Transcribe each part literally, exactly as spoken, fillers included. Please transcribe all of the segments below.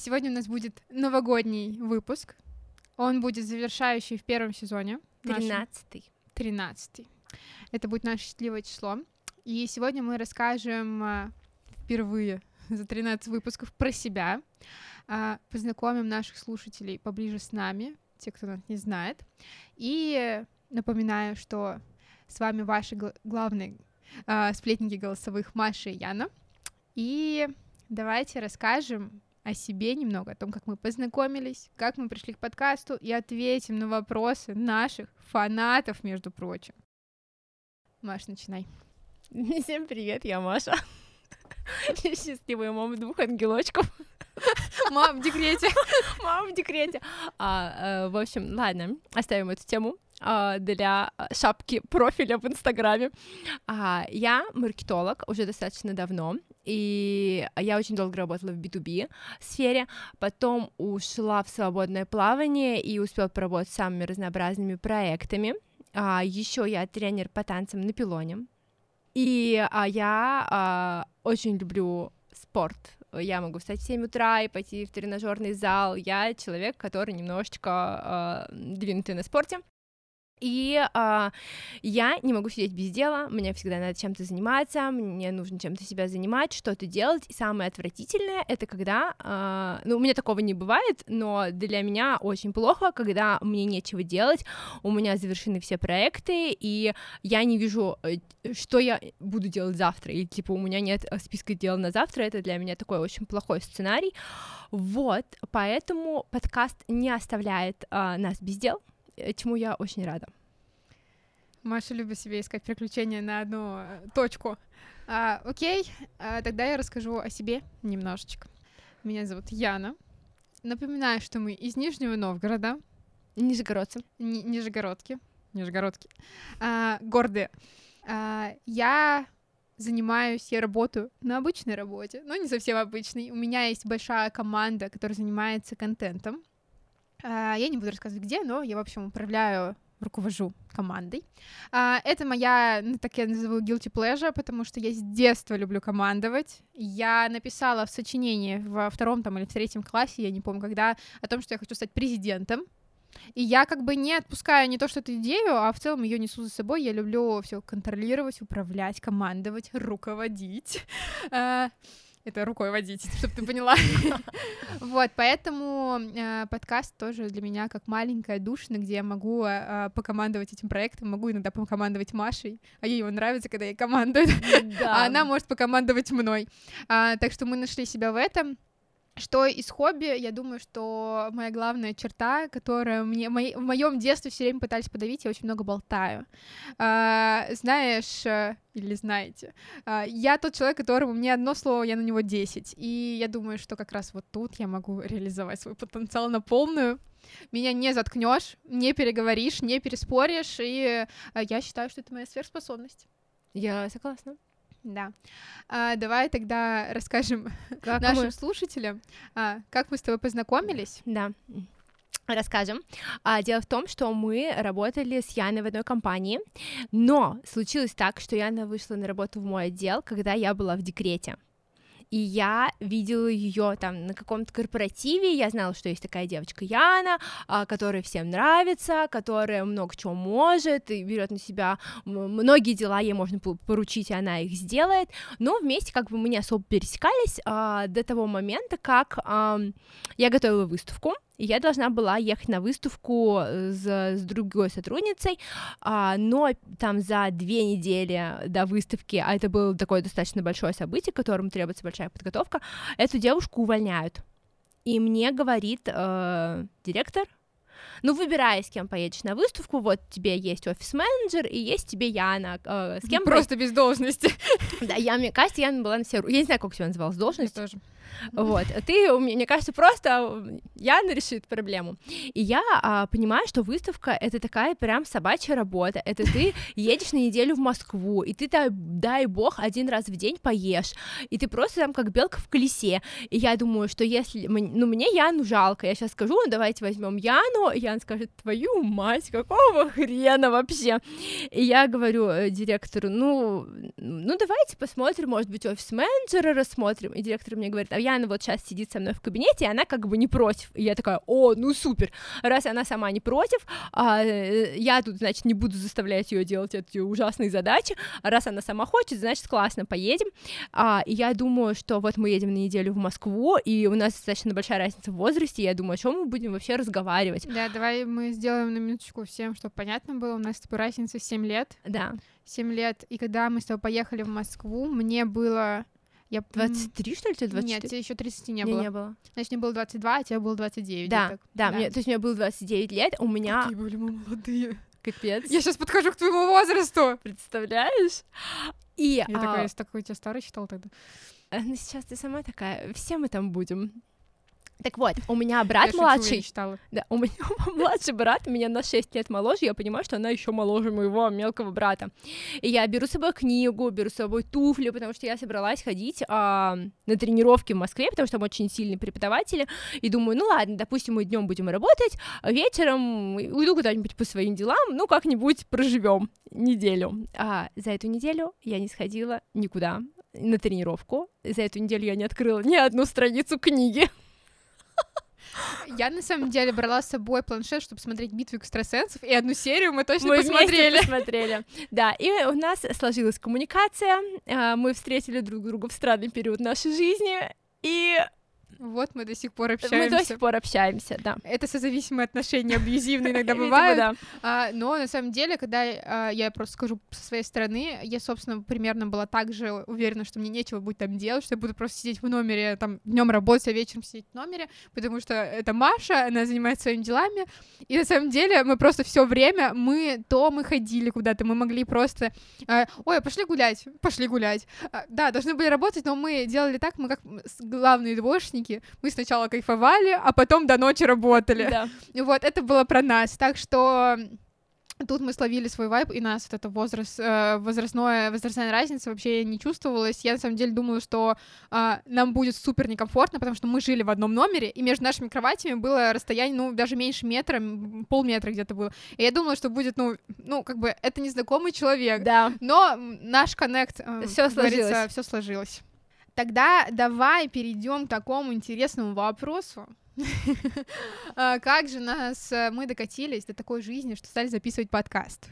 Сегодня у нас будет новогодний выпуск. Он будет завершающий в первом сезоне. Тринадцатый. Тринадцатый. Это будет наше счастливое число. И сегодня мы расскажем впервые за тринадцать выпусков про себя, познакомим наших слушателей поближе с нами, те, кто нас не знает. И напоминаю, что с вами ваши гл- главные э, сплетники голосовых Маша и Яна. И давайте расскажем о себе немного, о том, как мы познакомились, как мы пришли к подкасту, и ответим на вопросы наших фанатов, между прочим. Маш, начинай. Всем привет, я Маша. Счастливая мама двух ангелочков. Мам в декрете. Мама в декрете. А, э, в общем, ладно, оставим эту тему э, для шапки профиля в Инстаграме. А, я маркетолог уже достаточно давно, и я очень долго работала в би ту би сфере, потом ушла в свободное плавание и успела поработать с самыми разнообразными проектами. А, еще я тренер по танцам на пилоне. И а, я а, очень люблю спорт. Я могу встать в семь утра и пойти в тренажерный зал. Я человек, который немножечко э, двинутый на спорте. И э, я не могу сидеть без дела, мне всегда надо чем-то заниматься, мне нужно чем-то себя занимать, что-то делать. И самое отвратительное — это когда, э, ну, у меня такого не бывает, но для меня очень плохо, когда мне нечего делать, у меня завершены все проекты, и я не вижу, что я буду делать завтра, или, типа, у меня нет списка дел на завтра, это для меня такой очень плохой сценарий. Вот, поэтому подкаст не оставляет э, нас без дел, чему я очень рада. Маша любит себе искать приключения на одну точку. А, окей, а, тогда я расскажу о себе немножечко. Меня зовут Яна. Напоминаю, что мы из Нижнего Новгорода. Нижегородцы. Ни- Нижегородки. Нижегородки. А, гордые. А, я занимаюсь, я работаю на обычной работе, но не совсем обычной. У меня есть большая команда, которая занимается контентом. Uh, я не буду рассказывать, где, но я, в общем, управляю, руковожу командой. Uh, это моя, ну, так я назову, guilty pleasure, потому что я с детства люблю командовать. Я написала в сочинении во втором там, или в третьем классе, я не помню когда, о том, что я хочу стать президентом. И я как бы не отпускаю не то что эту идею, а в целом ее несу за собой. Я люблю все контролировать, управлять, командовать, руководить. Uh, Это рукой водить, чтобы ты поняла. Вот, поэтому э, подкаст тоже для меня как маленькая душина, где я могу э, покомандовать этим проектом, могу иногда покомандовать Машей, а ей его нравится, когда я командую, Да. а она может покомандовать мной. А, так что мы нашли себя в этом. Что из хобби, я думаю, что моя главная черта, которая мне мои, в моем детстве все время пытались подавить, я очень много болтаю. А, знаешь, или знаете, а, я тот человек, которому мне одно слово, я на него десять. И я думаю, что как раз вот тут я могу реализовать свой потенциал на полную. Меня не заткнешь, не переговоришь, не переспоришь, и а, я считаю, что это моя сверхспособность. Я согласна. Да. А, давай тогда расскажем как нашим мы... слушателям, а, как мы с тобой познакомились. Да. Расскажем. А, дело в том, что мы работали с Яной в одной компании, но случилось так, что Яна вышла на работу в мой отдел, когда я была в декрете. И я видела ее там на каком-то корпоративе, я знала, что есть такая девочка Яна, которая всем нравится, которая много чего может, и берет на себя многие дела, ей можно поручить, и она их сделает, но вместе как бы мы не особо пересекались а, до того момента, как а, я готовила выставку, и я должна была ехать на выставку с, с другой сотрудницей, а, но там за две недели до выставки, а это было такое достаточно большое событие, к которому требуется большая подготовка, эту девушку увольняют. И мне говорит э, директор: ну, выбирай, с кем поедешь на выставку, вот тебе есть офис-менеджер, и есть тебе Яна, э, с кем... Просто по... без должности. Да, я, мне кажется, Яна была на все... Я не знаю, как у тебя называлась должность. Я тоже. Вот, ты, мне кажется, просто Яна решит проблему. И я а, понимаю, что выставка — это такая прям собачья работа, это ты едешь на неделю в Москву, и ты, дай, дай бог, один раз в день поешь, и ты просто там как белка в колесе. И я думаю, что если, ну, мне Яну жалко, я сейчас скажу: ну, давайте возьмем Яну, и Яна скажет: твою мать, какого хрена вообще? И я говорю директору: ну, ну, давайте посмотрим, может быть, офис-менеджера рассмотрим. И директор мне говорит: Яна вот сейчас сидит со мной в кабинете, и она как бы не против. И я такая, о, ну супер. Раз она сама не против, а, я тут, значит, не буду заставлять ее делать эти ужасные задачи. А раз она сама хочет, значит, классно, поедем. А, и я думаю, что вот мы едем на неделю в Москву, и у нас достаточно большая разница в возрасте, и я думаю, о чем мы будем вообще разговаривать. Да, давай мы сделаем на минуточку всем, чтобы понятно было. У нас с тобой разница семь лет. Да. семь лет. И когда мы с тобой поехали в Москву, мне было... Я... двадцать три, что ли, тебе двадцать четыре? Нет, тебе еще тридцати не мне было. не было. Значит, мне было двадцать два, а тебе было двадцать девять. Да, да, да. мне, то есть мне было двадцать девять лет, у меня... Какие были мы молодые. Капец. Я сейчас подхожу к твоему возрасту. Представляешь? И... Я а... такая, я такой тебя старый считал тогда. Ну, сейчас ты сама такая, все мы там будем. Так вот, у меня брат я младший. Шучу, я да, у меня младший брат, меня на шесть лет моложе, я понимаю, что она еще моложе моего мелкого брата. И я беру с собой книгу, беру с собой туфли, потому что я собралась ходить а, на тренировки в Москве, потому что там очень сильные преподаватели. И думаю, ну ладно, допустим, мы днем будем работать, а вечером уйду куда-нибудь по своим делам, ну как-нибудь проживем неделю. А за эту неделю я не сходила никуда на тренировку. За эту неделю я не открыла ни одну страницу книги. Я, на самом деле, брала с собой планшет, чтобы смотреть «Битву экстрасенсов», и одну серию мы точно мы посмотрели. посмотрели. Да, и у нас сложилась коммуникация, мы встретили друг друга в странный период нашей жизни, и... Вот мы до сих пор общаемся. Мы до сих пор общаемся, да. Это созависимые отношения, абьюзивные иногда бывают. Да. А, но на самом деле, когда а, я просто скажу со своей стороны, я, собственно, примерно была так же уверена, что мне нечего будет там делать, что я буду просто сидеть в номере, там, днем работать, а вечером сидеть в номере, потому что это Маша, она занимается своими делами. И на самом деле мы просто все время, мы то мы ходили куда-то, мы могли просто... А, ой, пошли гулять, пошли гулять. А, да, должны были работать, но мы делали так, мы как главные двоечники, мы сначала кайфовали, а потом до ночи работали. Да. Вот, это было про нас. Так что тут мы словили свой вайб, и нас вот эта возраст, э, возрастная, возрастная разница вообще не чувствовалась. Я, на самом деле, думала, что э, нам будет супер некомфортно, потому что мы жили в одном номере, и между нашими кроватями было расстояние, ну, даже меньше метра, полметра где-то было. И я думала, что будет, ну, ну как бы, это незнакомый человек. Да. Но наш коннект, э, всё сложилось. Все сложилось. Тогда давай перейдем к такому интересному вопросу. Как же нас мы докатились до такой жизни, что стали записывать подкаст?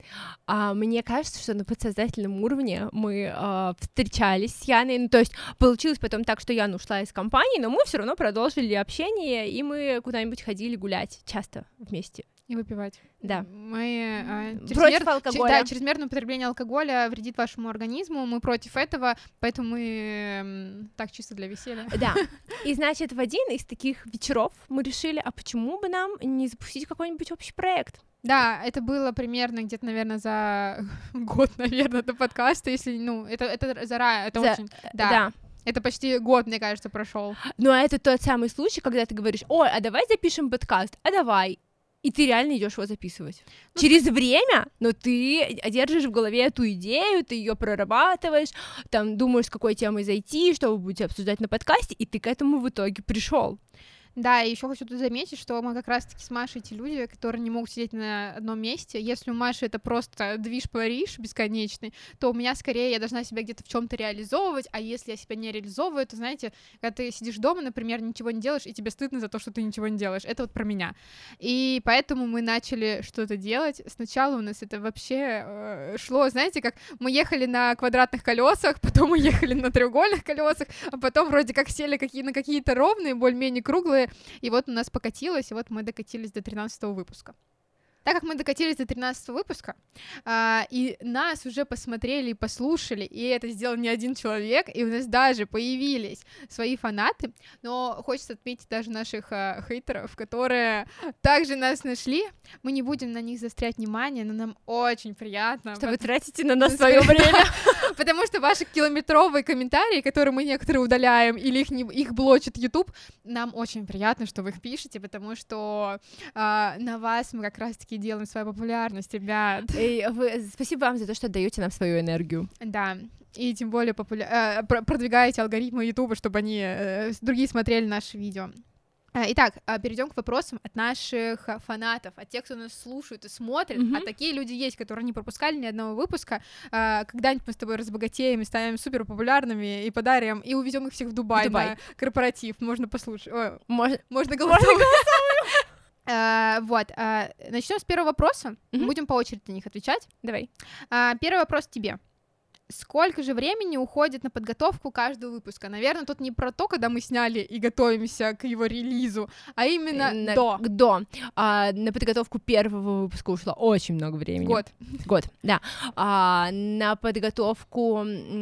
А, мне кажется, что на подсознательном уровне мы а, встречались с Яной, ну, то есть получилось потом так, что Яна ушла из компании, но мы все равно продолжили общение, и мы куда-нибудь ходили гулять часто вместе. И выпивать. Да. Мы а, против чрезмер... алкоголя. Да, чрезмерное употребление алкоголя вредит вашему организму, мы против этого, поэтому мы так чисто для веселья. Да. И, значит, в один из таких вечеров мы решили, а почему бы нам не запустить какой-нибудь общий проект? Да, это было примерно где-то, наверное, за год, наверное, до подкаста, если, ну, это, это заранее, это за... очень... Да. да. Это почти год, мне кажется, прошел. Ну, а это тот самый случай, когда ты говоришь, ой, а давай запишем подкаст, а давай. И ты реально идешь его записывать. Ну, через время, но ты держишь в голове эту идею, ты ее прорабатываешь, там думаешь, с какой темой зайти, что вы будете обсуждать на подкасте, и ты к этому в итоге пришел. Да, и еще хочу тут заметить, что мы как раз-таки с Машей те люди, которые не могут сидеть на одном месте. Если у Маши это просто движ-париж бесконечный, то у меня скорее я должна себя где-то в чем-то реализовывать, а если я себя не реализовываю, то, знаете, когда ты сидишь дома, например, ничего не делаешь, и тебе стыдно за то, что ты ничего не делаешь. Это вот про меня. И поэтому мы начали что-то делать. Сначала у нас это вообще э, шло, знаете, как мы ехали на квадратных колесах, потом мы ехали на треугольных колесах, а потом вроде как сели какие- на какие-то ровные, более-менее круглые, и вот у нас покатилось, и вот мы докатились до тринадцатого выпуска. Так как мы докатились до тринадцатого выпуска, а, и нас уже посмотрели и послушали, и это сделал не один человек, и у нас даже появились свои фанаты, но хочется отметить даже наших а, хейтеров, которые также нас нашли. Мы не будем на них заострять внимание, но нам очень приятно. Что вы тратите на нас свое время. Потому что ваши километровые комментарии, которые мы некоторые удаляем, или их, не, их блочит YouTube, нам очень приятно, что вы их пишете, потому что а, на вас мы как раз-таки делаем свою популярность, ребят. И вы, спасибо вам за то, что отдаете нам свою энергию. Да, и тем более популя... э, продвигаете алгоритмы YouTube, чтобы они э, другие смотрели наши видео. Итак, перейдем к вопросам от наших фанатов, от тех, кто нас слушает и смотрит. Mm-hmm. А такие люди есть, которые не пропускали ни одного выпуска. Когда-нибудь мы с тобой разбогатеем и станем супер популярными и подарим, и увезем их всех в Дубай, в Дубай. на корпоратив. Можно послушать. Ой, можно, можно голосовую. Uh, вот, uh, начнем с первого вопроса. Mm-hmm. Будем по очереди на них отвечать. Давай. Uh, первый вопрос тебе. Сколько же времени уходит на подготовку каждого выпуска? Наверное, тут не про то, когда мы сняли и готовимся к его релизу, а именно на, до. До. А, на подготовку первого выпуска ушло очень много времени. Год. Год, да. А, на подготовку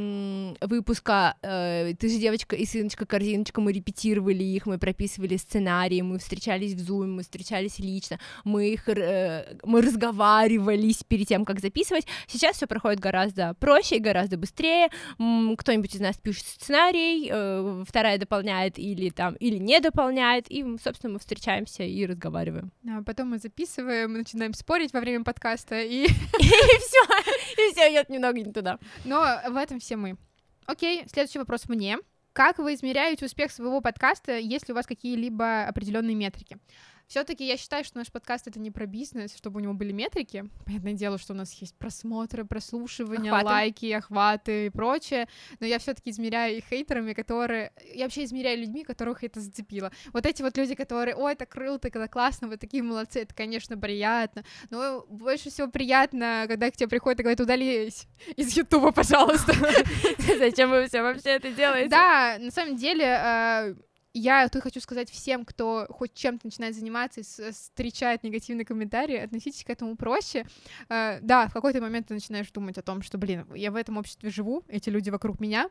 м- выпуска э, «Ты же девочка и сыночка, корзиночка», мы репетировали их, мы прописывали сценарии, мы встречались в Zoom, мы встречались лично, мы, их, э, мы разговаривались перед тем, как записывать. Сейчас все проходит гораздо проще и гораздо гораздо быстрее, кто-нибудь из нас пишет сценарий, э, вторая дополняет или там, или не дополняет, и, собственно, мы встречаемся и разговариваем. А потом мы записываем, мы начинаем спорить во время подкаста, и... И все, и все идет немного не туда. Но в этом все мы. Окей, следующий вопрос мне. Как вы измеряете успех своего подкаста, если у вас какие-либо определенные метрики? Все-таки я считаю, что наш подкаст — это не про бизнес, чтобы у него были метрики. Понятное дело, что у нас есть просмотры, прослушивания, охваты. лайки, охваты и прочее, но я все-таки измеряю их хейтерами, которые... Я вообще измеряю людьми, которых это зацепило. Вот эти вот люди, которые, ой, так круто, когда классно, вы такие молодцы, это, конечно, приятно, но больше всего приятно, когда к тебе приходят и говорят: удались из Ютуба, пожалуйста. Зачем вы все вообще это делаете? Да, на самом деле... Я тут хочу сказать всем, кто хоть чем-то начинает заниматься и встречает негативные комментарии, относитесь к этому проще. Uh, да, в какой-то момент ты начинаешь думать о том, что, блин, я в этом обществе живу, эти люди вокруг меня,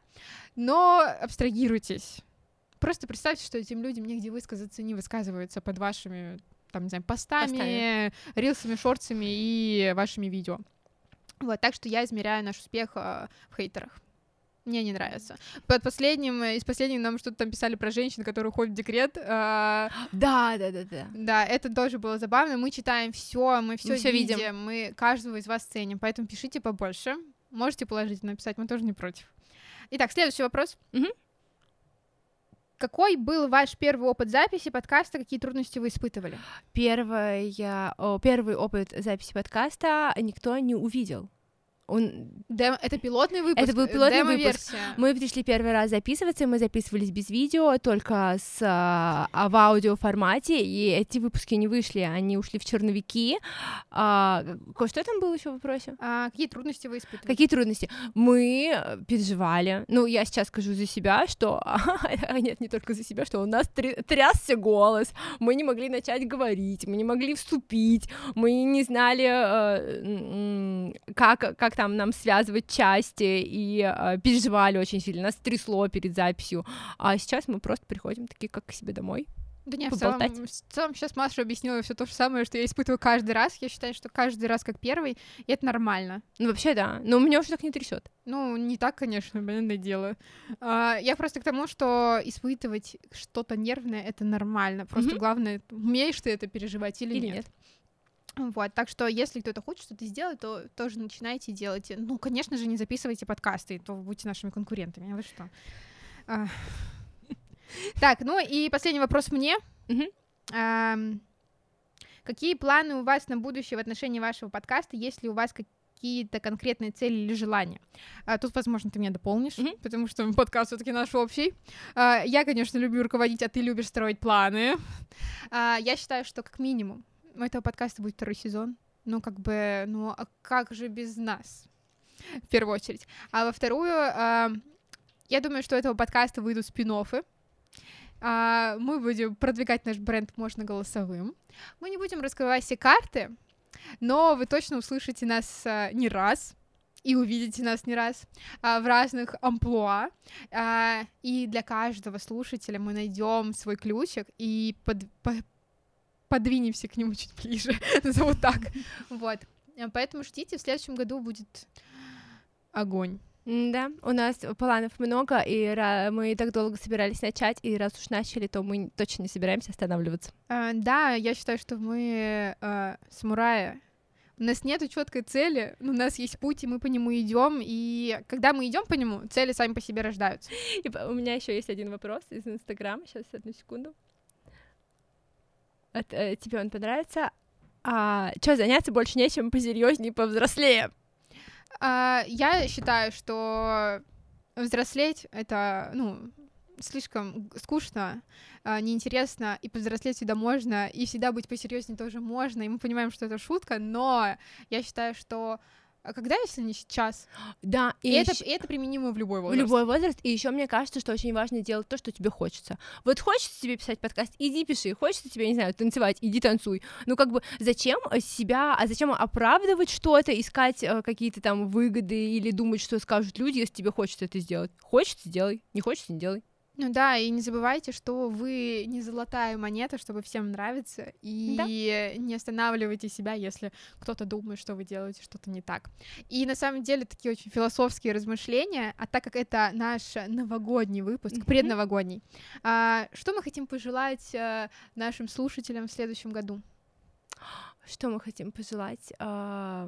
но абстрагируйтесь. Просто представьте, что этим людям негде высказаться, не высказываются под вашими, там, не знаю, постами, постами. рилсами, шортсами и вашими видео. Вот, так что я измеряю наш успех uh, в хейтерах. Мне не нравится. Под последним, из последнего нам что-то там писали про женщин, которые уходят в декрет. А... Да, да, да, да. Да, это тоже было забавно. Мы читаем все, мы все видим, видим, мы каждого из вас ценим, поэтому пишите побольше. Можете положительно написать, мы тоже не против. Итак, следующий вопрос. Угу. Какой был ваш первый опыт записи подкаста? Какие трудности вы испытывали? Первый, о, первый опыт записи подкаста никто не увидел. Он... Дем... Это пилотный выпуск? Это был пилотный Демо-версия. выпуск. Мы пришли первый раз записываться, и мы записывались без видео, только с, а, в аудиоформате, и эти выпуски не вышли, они ушли в черновики. А, что там было еще в вопросе? А, какие трудности вы испытывали? Какие трудности? Мы переживали. Ну, я сейчас скажу за себя, что... Нет, не только за себя, что у нас трясся голос, мы не могли начать говорить, мы не могли вступить, мы не знали, как, как там нам связывать части, и э, переживали очень сильно, нас трясло перед записью, а сейчас мы просто приходим такие, как к себе домой. Да нет, в целом, в целом сейчас Маша объяснила все то же самое, что я испытываю каждый раз. Я считаю, что каждый раз как первый, и это нормально. Ну, вообще, да, но у меня уже так не трясет. Ну, не так, конечно, понятное дело. А, я просто к тому, что испытывать что-то нервное — это нормально. Просто mm-hmm. главное, умеешь ты это переживать или, или нет. нет. Вот, так что если кто-то хочет что-то сделать, то тоже начинайте делать. Ну, конечно же, не записывайте подкасты, то вы будете нашими конкурентами. Вы что? А... Так, ну и последний вопрос мне. Mm-hmm. А, какие планы у вас на будущее в отношении вашего подкаста, если у вас какие-то конкретные цели или желания? А, тут, возможно, ты меня дополнишь, mm-hmm. потому что подкаст все-таки наш общий. А, я, конечно, люблю руководить, а ты любишь строить планы. А, я считаю, что как минимум у этого подкаста будет второй сезон. Ну, как бы, ну, а как же без нас? В первую очередь. А во вторую, э, я думаю, что у этого подкаста выйдут спин-оффы. Э, мы будем продвигать наш бренд «Можно голосовым». Мы не будем раскрывать все карты, но вы точно услышите нас э, не раз и увидите нас не раз э, в разных амплуа. Э, и для каждого слушателя мы найдем свой ключик и под... По- подвинемся к нему чуть ближе, назову так. Вот. Поэтому ждите, в следующем году будет огонь. Да, у нас планов много, и мы так долго собирались начать, и раз уж начали, то мы точно не собираемся останавливаться. А, да, я считаю, что мы а, самураи. У нас нету четкой цели, у нас есть путь, и мы по нему идем, и когда мы идем по нему, цели сами по себе рождаются. И у меня еще есть один вопрос из Инстаграма, сейчас, одну секунду. от, э, тебе он понравится. А, что, заняться больше нечем, посерьезнее, повзрослее? А, я считаю, что взрослеть — это, ну, слишком скучно, а, неинтересно, и повзрослеть всегда можно, и всегда быть посерьезнее тоже можно, и мы понимаем, что это шутка, но я считаю, что а когда, если не сейчас? Да, и, и, это, ещё- и это применимо в любой в возраст. любой возраст, и еще мне кажется, что очень важно делать то, что тебе хочется. Вот хочется тебе писать подкаст, иди пиши, хочется тебе, не знаю, танцевать, иди танцуй. Ну как бы зачем себя, а зачем оправдывать что-то, искать э, какие-то там выгоды или думать, что скажут люди, если тебе хочется это сделать. Хочется — делай, не хочется — не делай. Ну да, и не забывайте, что вы не золотая монета, чтобы всем нравиться, и не останавливайте себя, если кто-то думает, что вы делаете что-то не так. И на самом деле такие очень философские размышления, а так как это наш новогодний выпуск, Мгм. предновогодний, а, что мы хотим пожелать а, нашим слушателям в следующем году? Что мы хотим пожелать? А,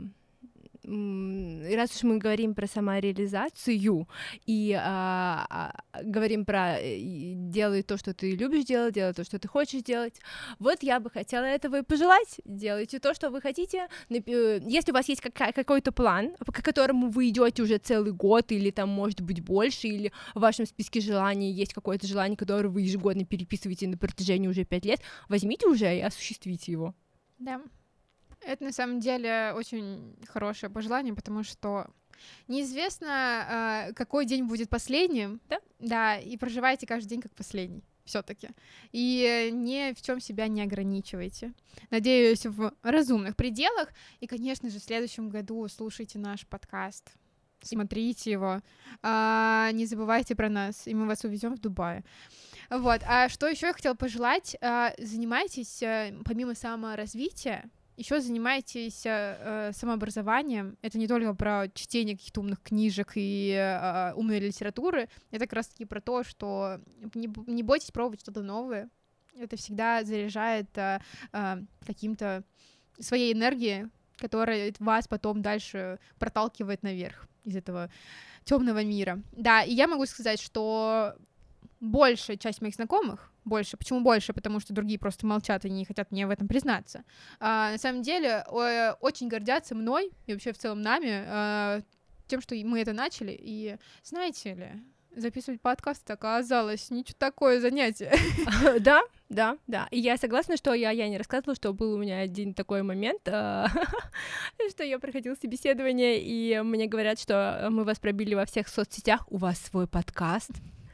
м, Раз уж мы говорим про самореализацию и а, а, говорим про э, и делай то, что ты любишь делать, делай то, что ты хочешь делать, вот я бы хотела этого и пожелать. Делайте то, что вы хотите. Нап- э, Если у вас есть какая- какой-то план, по которому вы идете уже целый год, или там, может быть, больше, или в вашем списке желаний есть какое-то желание, которое вы ежегодно переписываете на протяжении уже пять лет, возьмите уже и осуществите его. Да. Это на самом деле очень хорошее пожелание, потому что неизвестно, а, какой день будет последним, Да? Да, и проживайте каждый день как последний все-таки. И ни в чем себя не ограничивайте. Надеюсь, в разумных пределах. И, конечно же, в следующем году слушайте наш подкаст, смотрите его, а, не забывайте про нас, и мы вас увезем в Дубай. Вот. А что еще я хотела пожелать? А, Занимайтесь, а, помимо саморазвития, еще занимайтесь э, самообразованием. Это не только про чтение каких-то умных книжек и э, умной литературы. Это как раз-таки про то, что не, б- не бойтесь пробовать что-то новое. Это всегда заряжает э, э, каким-то своей энергией, которая вас потом дальше проталкивает наверх из этого темного мира. Да, и я могу сказать, что большая часть моих знакомых, больше, почему больше? Потому что другие просто молчат и не хотят мне в этом признаться. А, на самом деле о- очень гордятся мной и вообще в целом нами, а, тем, что мы это начали. И знаете ли, записывать подкаст оказалось ничего такое занятие. Да, да, да. И я согласна, что я, я не рассказывала, что был у меня один такой момент, а, что я проходила собеседование, и мне говорят, что мы вас пробили во всех соцсетях, у вас свой подкаст.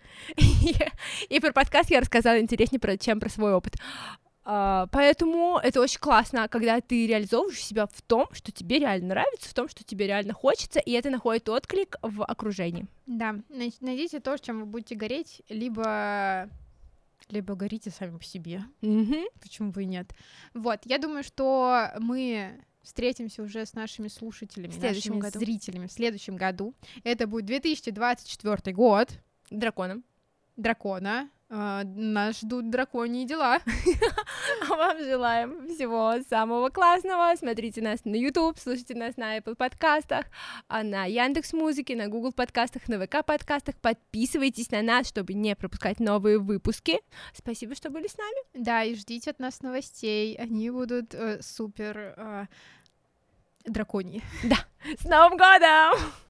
И, и про подкаст я рассказала интереснее, про, чем про свой опыт. А, поэтому это очень классно, когда ты реализовываешь себя в том, что тебе реально нравится, в том, что тебе реально хочется, и это находит отклик в окружении. Да, най- найдите то, чем вы будете гореть, либо либо горите сами по себе. Мгм. Почему бы и нет? Вот, я думаю, что мы встретимся уже с нашими слушателями, В следующем нашими году. зрителями в следущем году. Это будет две тысячи двадцать четвёртый год. Драконом. Дракона. А, нас ждут драконьи дела. А вам желаем всего самого классного. Смотрите нас на YouTube, слушайте нас на Apple подкастах, а на Яндекс.Музыке, на Google подкастах, на ВК подкастах. Подписывайтесь на нас, чтобы не пропускать новые выпуски. Спасибо, что были с нами. Да, и ждите от нас новостей. Они будут э, супер э, драконьи. С Новым годом!